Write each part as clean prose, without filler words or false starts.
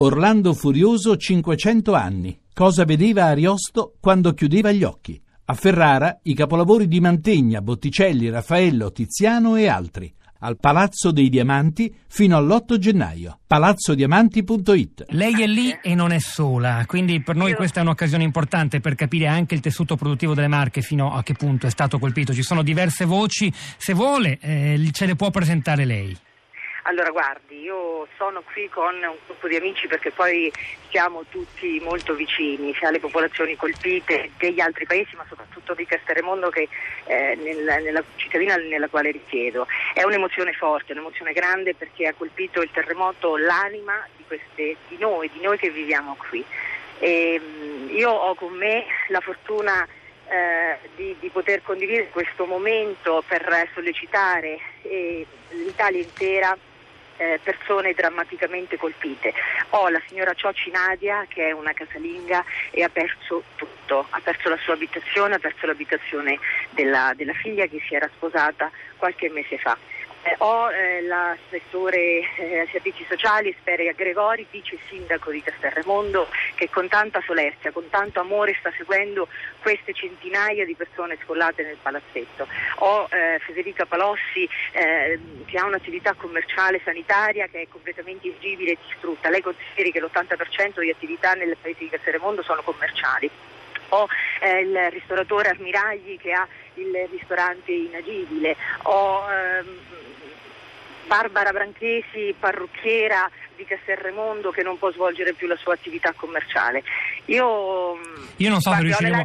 Orlando Furioso 500 anni. Cosa vedeva Ariosto quando chiudeva gli occhi? A Ferrara i capolavori di Mantegna, Botticelli, Raffaello, Tiziano e altri. Al Palazzo dei Diamanti fino all'8 gennaio. palazzodiamanti.it. Lei è lì e non è sola, quindi per noi questa è un'occasione importante per capire anche il tessuto produttivo delle Marche fino a che punto è stato colpito. Ci sono diverse voci, se vuole ce le può presentare lei. Allora guardi, io sono qui con un gruppo di amici perché poi siamo tutti molto vicini sia alle popolazioni colpite degli altri paesi, ma soprattutto di Casteremondo, che nella cittadina nella quale risiedo. È un'emozione forte, un'emozione grande, perché ha colpito il terremoto l'anima di noi che viviamo qui. Io ho con me la fortuna di poter condividere questo momento per sollecitare l'Italia intera, persone drammaticamente colpite. Ho la signora Cioci Nadia, che è una casalinga e ha perso tutto, ha perso la sua abitazione, ha perso l'abitazione della figlia che si era sposata qualche mese fa. Ho l'assessore ai servizi sociali Esperia Gregori, vice sindaco di Casteremondo, che con tanta solerzia, con tanto amore sta seguendo queste centinaia di persone scollate nel palazzetto. Ho Federica Palossi, che ha un'attività commerciale sanitaria che è completamente irrigibile e distrutta. Lei consideri che l'80% di attività nel paese di Casteremondo sono commerciali. Ho il ristoratore Armiragli, che ha il ristorante inagibile. Ho Barbara Branchesi, parrucchiera di Casteremondo, che non può svolgere più la sua attività commerciale. Io non so se riusciremo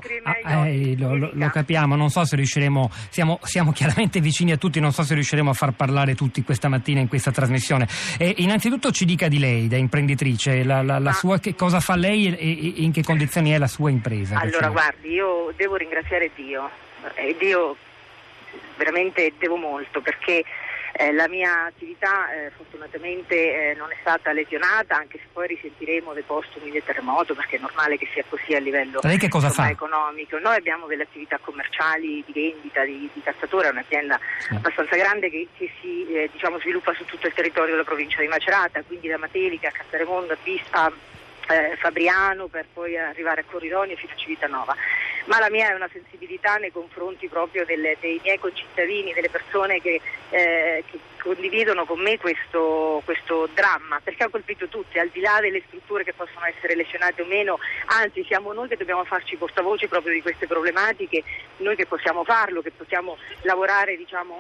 lo capiamo, non so se riusciremo, siamo chiaramente vicini a tutti, non so se riusciremo a far parlare tutti questa mattina in questa trasmissione. Innanzitutto ci dica di lei, da imprenditrice, la sua, che cosa fa lei e in che condizioni è la sua impresa? Allora guardi, io devo ringraziare Dio, e Dio veramente devo molto, perché la mia attività fortunatamente non è stata lesionata, anche se poi risentiremo dei postumi del terremoto, perché è normale che sia così a livello economico. Noi abbiamo delle attività commerciali di vendita di calzatura, è un'azienda abbastanza grande che si sviluppa su tutto il territorio della provincia di Macerata, quindi da Matelica a Casteremondo a Fabriano, per poi arrivare a Corridonia fino a Civitanova. Ma la mia è una sensibilità nei confronti proprio dei miei concittadini, delle persone che condividono con me questo dramma, perché ha colpito tutti, al di là delle strutture che possono essere lesionate o meno. Anzi, siamo noi che dobbiamo farci portavoce proprio di queste problematiche, noi che possiamo farlo, che possiamo lavorare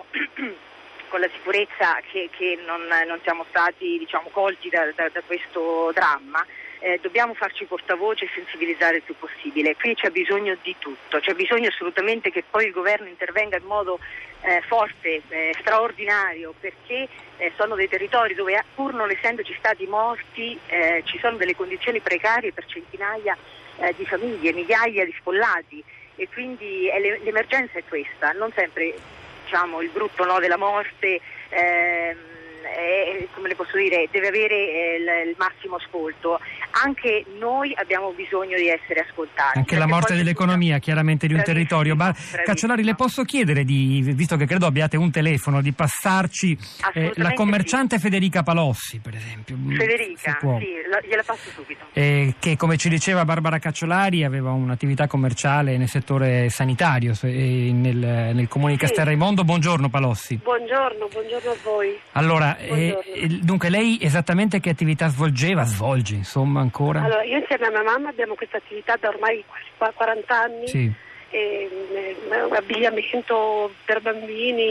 con la sicurezza che non siamo stati colti da questo dramma. Dobbiamo farci portavoce e sensibilizzare il più possibile. Qui c'è bisogno di tutto, c'è bisogno assolutamente che poi il governo intervenga in modo forte, straordinario, perché sono dei territori dove, pur non essendoci stati morti, ci sono delle condizioni precarie per centinaia di famiglie, migliaia di sfollati, e quindi l'emergenza è questa, non sempre il brutto della morte. Come le posso dire, deve avere il massimo ascolto. Anche noi abbiamo bisogno di essere ascoltati. Anche la morte dell'economia, chiaramente, di un territorio. Cacciolari, le posso chiedere, visto che credo abbiate un telefono, di passarci la commerciante Federica Palossi, per esempio. Federica, sì, gliela passo subito. Che, come ci diceva Barbara Cacciolari, aveva un'attività commerciale nel settore sanitario nel comune di Casteremondo. Buongiorno Palossi. Buongiorno a voi. Allora, dunque lei esattamente che attività svolge, insomma, ancora? Allora, io insieme a mia mamma abbiamo questa attività da ormai 40 anni. Sì. Abbigliamento per bambini,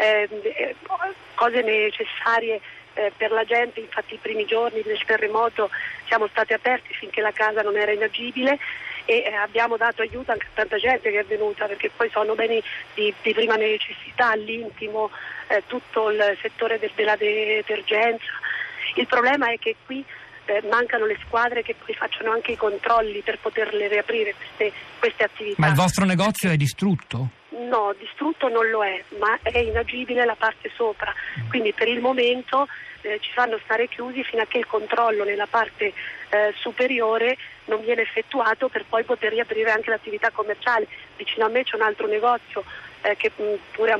cose necessarie per la gente. Infatti i primi giorni del terremoto siamo stati aperti finché la casa non era inagibile, e abbiamo dato aiuto anche a tanta gente che è venuta, perché poi sono beni di prima necessità, l'intimo, tutto il settore della detergenza. Il problema è che qui mancano le squadre che poi facciano anche i controlli per poterle riaprire queste attività. Ma il vostro negozio è distrutto? No, distrutto non lo è, ma è inagibile la parte sopra, quindi per il momento ci fanno stare chiusi fino a che il controllo nella parte superiore non viene effettuato, per poi poter riaprire anche l'attività commerciale. Vicino a me c'è un altro negozio che pure ha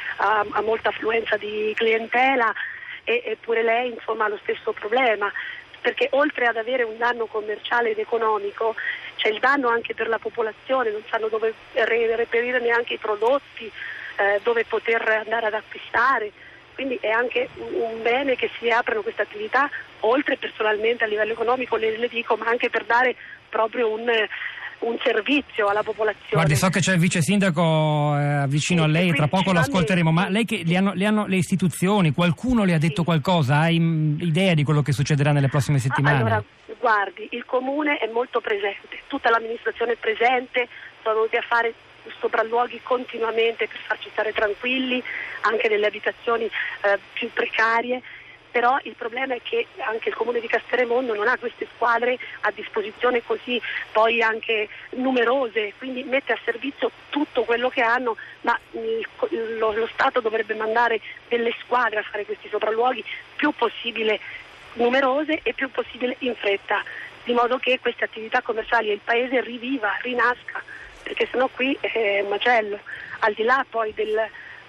molta affluenza di clientela, eppure lei insomma ha lo stesso problema. perché oltre ad avere un danno commerciale ed economico c'è il danno anche per la popolazione, non sanno dove reperire neanche i prodotti, dove poter andare ad acquistare, quindi è anche un bene che si aprano queste attività, oltre personalmente a livello economico le dico, ma anche per dare proprio un servizio alla popolazione. Guardi, so che c'è il vice sindaco vicino a lei, tra poco lo ascolteremo, ma lei che le hanno le istituzioni, qualcuno le ha detto qualcosa? Hai idea di quello che succederà nelle prossime settimane? Allora, guardi, il comune è molto presente, tutta l'amministrazione è presente, sono venuti a fare sopralluoghi continuamente per farci stare tranquilli, anche nelle abitazioni più precarie. Però il problema è che anche il comune di Castellamonte non ha queste squadre a disposizione così poi anche numerose, quindi mette a servizio tutto quello che hanno, ma lo Stato dovrebbe mandare delle squadre a fare questi sopralluoghi più possibile numerose e più possibile in fretta, di modo che queste attività commerciali e il paese riviva, rinasca, perché sennò qui è un macello, al di là poi del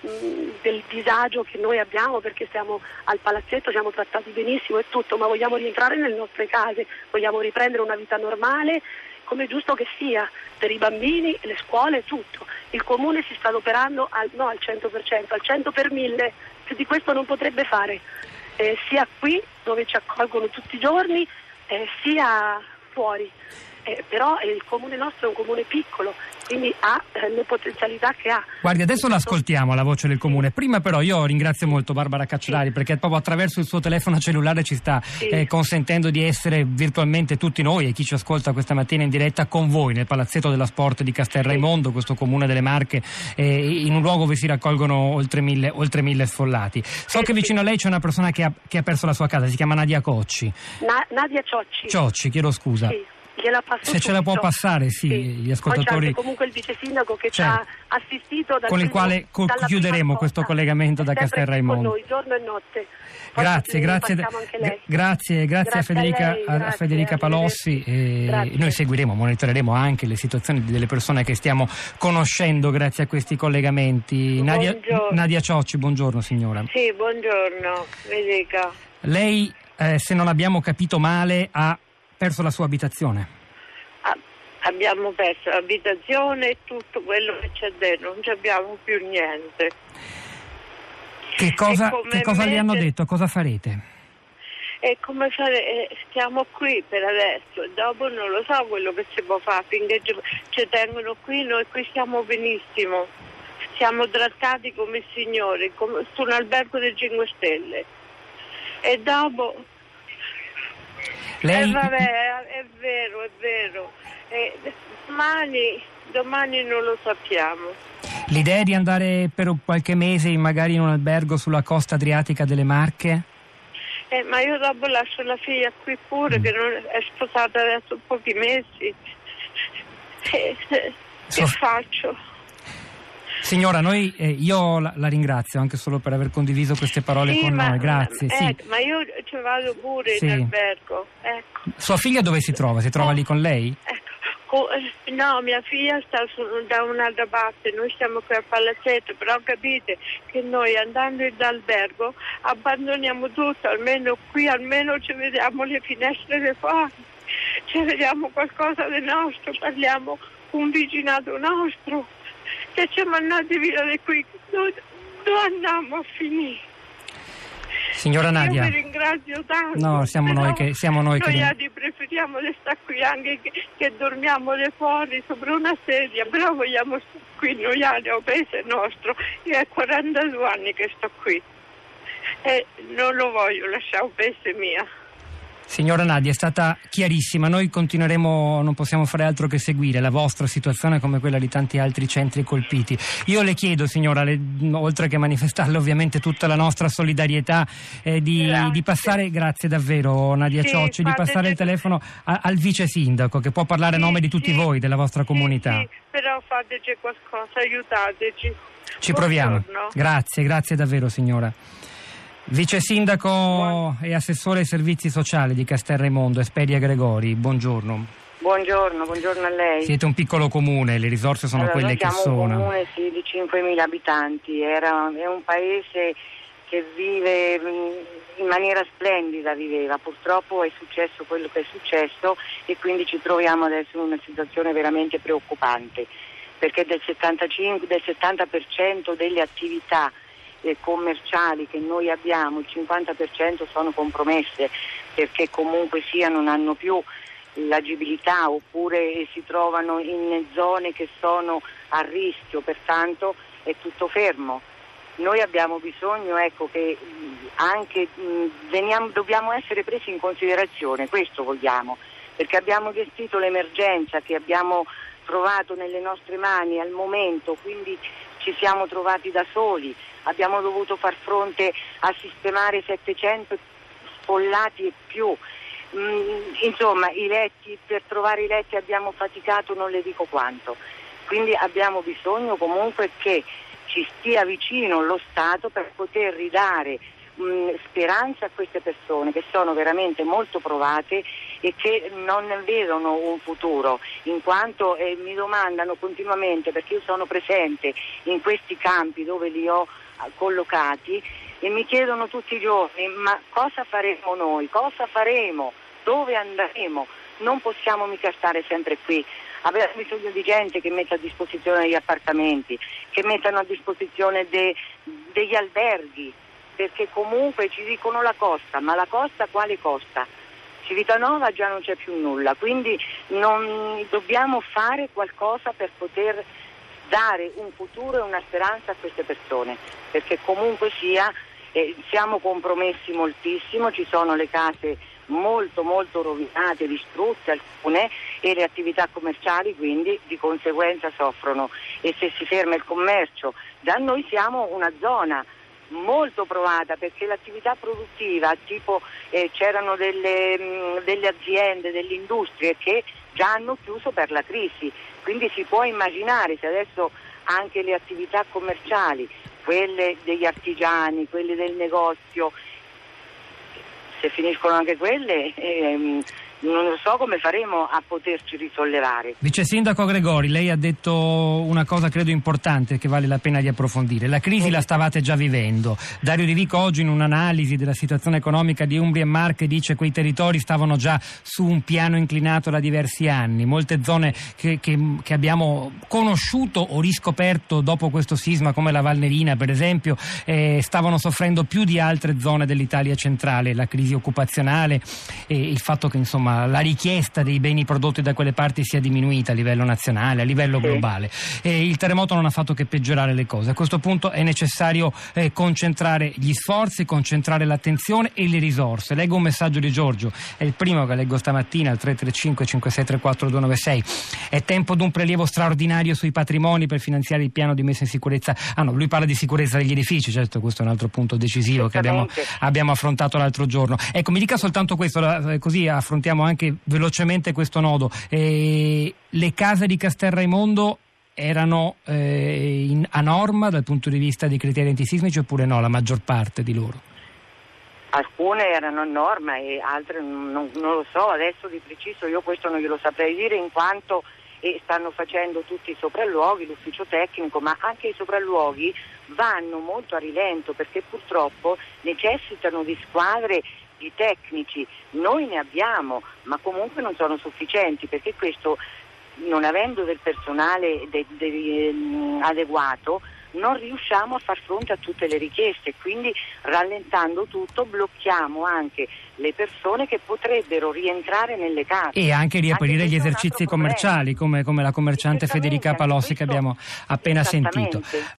disagio che noi abbiamo, perché stiamo al palazzetto, siamo trattati benissimo e tutto, ma vogliamo rientrare nelle nostre case, vogliamo riprendere una vita normale come è giusto che sia per i bambini, le scuole, tutto. Il comune si sta adoperando al 100%, al 100 per 1000, più di questo non potrebbe fare, sia qui dove ci accolgono tutti i giorni, sia fuori. Però il comune nostro è un comune piccolo, quindi ha le potenzialità che ha. Guardi, adesso l'ascoltiamo la voce del comune. Prima però io ringrazio molto Barbara Cacciolari, perché proprio attraverso il suo telefono cellulare ci sta consentendo di essere virtualmente tutti noi e chi ci ascolta questa mattina in diretta con voi nel Palazzetto della Sport di Castelraimondo, questo comune delle Marche, in un luogo dove si raccolgono oltre 1000 sfollati. So che vicino a lei c'è una persona che ha perso la sua casa, si chiama Nadia Cocci. Nadia Ciocci, chiedo scusa. Sì. Se subito. Ce la può passare, gli ascoltatori. Poi c'è comunque il vice sindaco che ci ha assistito con il quale chiuderemo questo collegamento da Castelraimondo. Con noi, giorno e notte. Grazie a Federica Palossi. Noi seguiremo, monitoreremo anche le situazioni delle persone che stiamo conoscendo grazie a questi collegamenti. Nadia Ciocci, buongiorno signora. Sì, buongiorno, Federica. Lei, se non abbiamo capito male, ha perso la sua abitazione. Abbiamo perso l'abitazione e tutto quello che c'è dentro, non abbiamo più niente. Che cosa le hanno detto? Cosa farete? E come fare? Stiamo qui per adesso, dopo non lo so quello che si può fare, finché ci tengono qui, noi qui stiamo benissimo, siamo trattati come signori, come su un albergo dei 5 Stelle. E dopo... Lei... vabbè, è vero. Domani non lo sappiamo. L'idea è di andare per qualche mese magari in un albergo sulla costa adriatica delle Marche? Ma io dopo lascio la figlia qui pure, che non è sposata adesso pochi mesi. Che faccio? Signora, io la ringrazio anche solo per aver condiviso queste parole con noi, grazie. Ma io ci vado pure in albergo. Ecco. Sua figlia dove si trova? Si trova lì con lei? No, mia figlia sta da un'altra parte, noi siamo qui al palazzetto, però capite che noi andando in albergo abbandoniamo tutto, almeno qui ci vediamo le finestre fuori, ci vediamo qualcosa di nostro, parliamo con un vicinato nostro. Se ci mandate via di qui, dove andiamo a finire? Signora Nadia, io vi ringrazio tanto. No, siamo noi che preferiamo di stare qui anche che dormiamo fuori sopra una sedia, però vogliamo stare qui noi al paese nostro. Io ho 42 anni che sto qui e non lo voglio lasciare il paese mio. Signora Nadia, è stata chiarissima, noi continueremo, non possiamo fare altro che seguire la vostra situazione come quella di tanti altri centri colpiti. Io le chiedo, signora, oltre che manifestarle ovviamente tutta la nostra solidarietà, di passare, grazie davvero Nadia Ciocci, di passare il telefono al vice sindaco che può parlare a nome di tutti voi, della vostra comunità. Sì, però fateci qualcosa, aiutateci. Ci proviamo. Grazie davvero signora. Vice sindaco e assessore ai servizi sociali di Castelraimondo, Esperia Gregori, buongiorno. Buongiorno a lei. Siete un piccolo comune, le risorse sono quelle che sono. Siamo un comune di 5.000 abitanti, è un paese che vive in maniera splendida, viveva. Purtroppo è successo quello che è successo e quindi ci troviamo adesso in una situazione veramente preoccupante, perché del 70% delle attività commerciali che noi abbiamo, il 50% sono compromesse, perché comunque sia non hanno più l'agibilità oppure si trovano in zone che sono a rischio, pertanto è tutto fermo. Noi abbiamo bisogno, che anche dobbiamo essere presi in considerazione, questo vogliamo, perché abbiamo gestito l'emergenza che abbiamo trovato nelle nostre mani al momento, quindi ci siamo trovati da soli, abbiamo dovuto far fronte a sistemare 700 sfollati e più. Insomma, i letti, per trovare i letti abbiamo faticato non le dico quanto, quindi abbiamo bisogno comunque che ci stia vicino lo Stato per poter ridare speranza a queste persone che sono veramente molto provate e che non vedono un futuro, in quanto mi domandano continuamente, perché io sono presente in questi campi dove li ho collocati, e mi chiedono tutti i giorni: ma cosa faremo noi? Cosa faremo? Dove andremo? Non possiamo mica stare sempre qui. Abbiamo bisogno di gente che metta a disposizione gli appartamenti, che mettano a disposizione degli alberghi, perché comunque ci dicono la costa, ma la costa quale costa? Civitanova già non c'è più nulla, quindi dobbiamo fare qualcosa per poter dare un futuro e una speranza a queste persone, perché comunque sia siamo compromessi moltissimo, ci sono le case molto molto rovinate, distrutte alcune, e le attività commerciali quindi di conseguenza soffrono, e se si ferma il commercio, già noi siamo una zona molto provata, perché l'attività produttiva, tipo c'erano delle aziende, delle industrie che già hanno chiuso per la crisi, quindi si può immaginare se adesso anche le attività commerciali, quelle degli artigiani, quelle del negozio, se finiscono anche quelle, non so come faremo a poterci risollevare. Vice Sindaco Gregori, lei ha detto una cosa credo importante che vale la pena di approfondire. La crisi la stavate già vivendo. Dario Rivico oggi in un'analisi della situazione economica di Umbria e Marche dice che quei territori stavano già su un piano inclinato da diversi anni. Molte zone che abbiamo conosciuto o riscoperto dopo questo sisma, come la Val Nerina per esempio, stavano soffrendo più di altre zone dell'Italia centrale. La crisi occupazionale e il fatto che insomma la richiesta dei beni prodotti da quelle parti sia diminuita a livello nazionale, a livello globale. Il terremoto non ha fatto che peggiorare le cose. A questo punto è necessario concentrare gli sforzi, concentrare l'attenzione e le risorse. Leggo un messaggio di Giorgio, è il primo che leggo stamattina al 335 5634 296. È tempo di un prelievo straordinario sui patrimoni per finanziare il piano di messa in sicurezza. Lui parla di sicurezza degli edifici, certo, questo è un altro punto decisivo che abbiamo affrontato l'altro giorno. Ecco, mi dica soltanto questo, così affrontiamo anche velocemente questo nodo. Le case di Castelraimondo erano a norma dal punto di vista dei criteri antisismici oppure no, la maggior parte di loro? Alcune erano a norma e altre non lo so, adesso di preciso io questo non glielo saprei dire, in quanto stanno facendo tutti i sopralluoghi, l'ufficio tecnico, ma anche i sopralluoghi vanno molto a rilento perché purtroppo necessitano di squadre di tecnici. Noi ne abbiamo, ma comunque non sono sufficienti, perché questo, non avendo del personale adeguato, non riusciamo a far fronte a tutte le richieste, quindi rallentando tutto blocchiamo anche le persone che potrebbero rientrare nelle case e anche riaprire gli esercizi commerciali come la commerciante Federica Palossi che abbiamo appena sentito.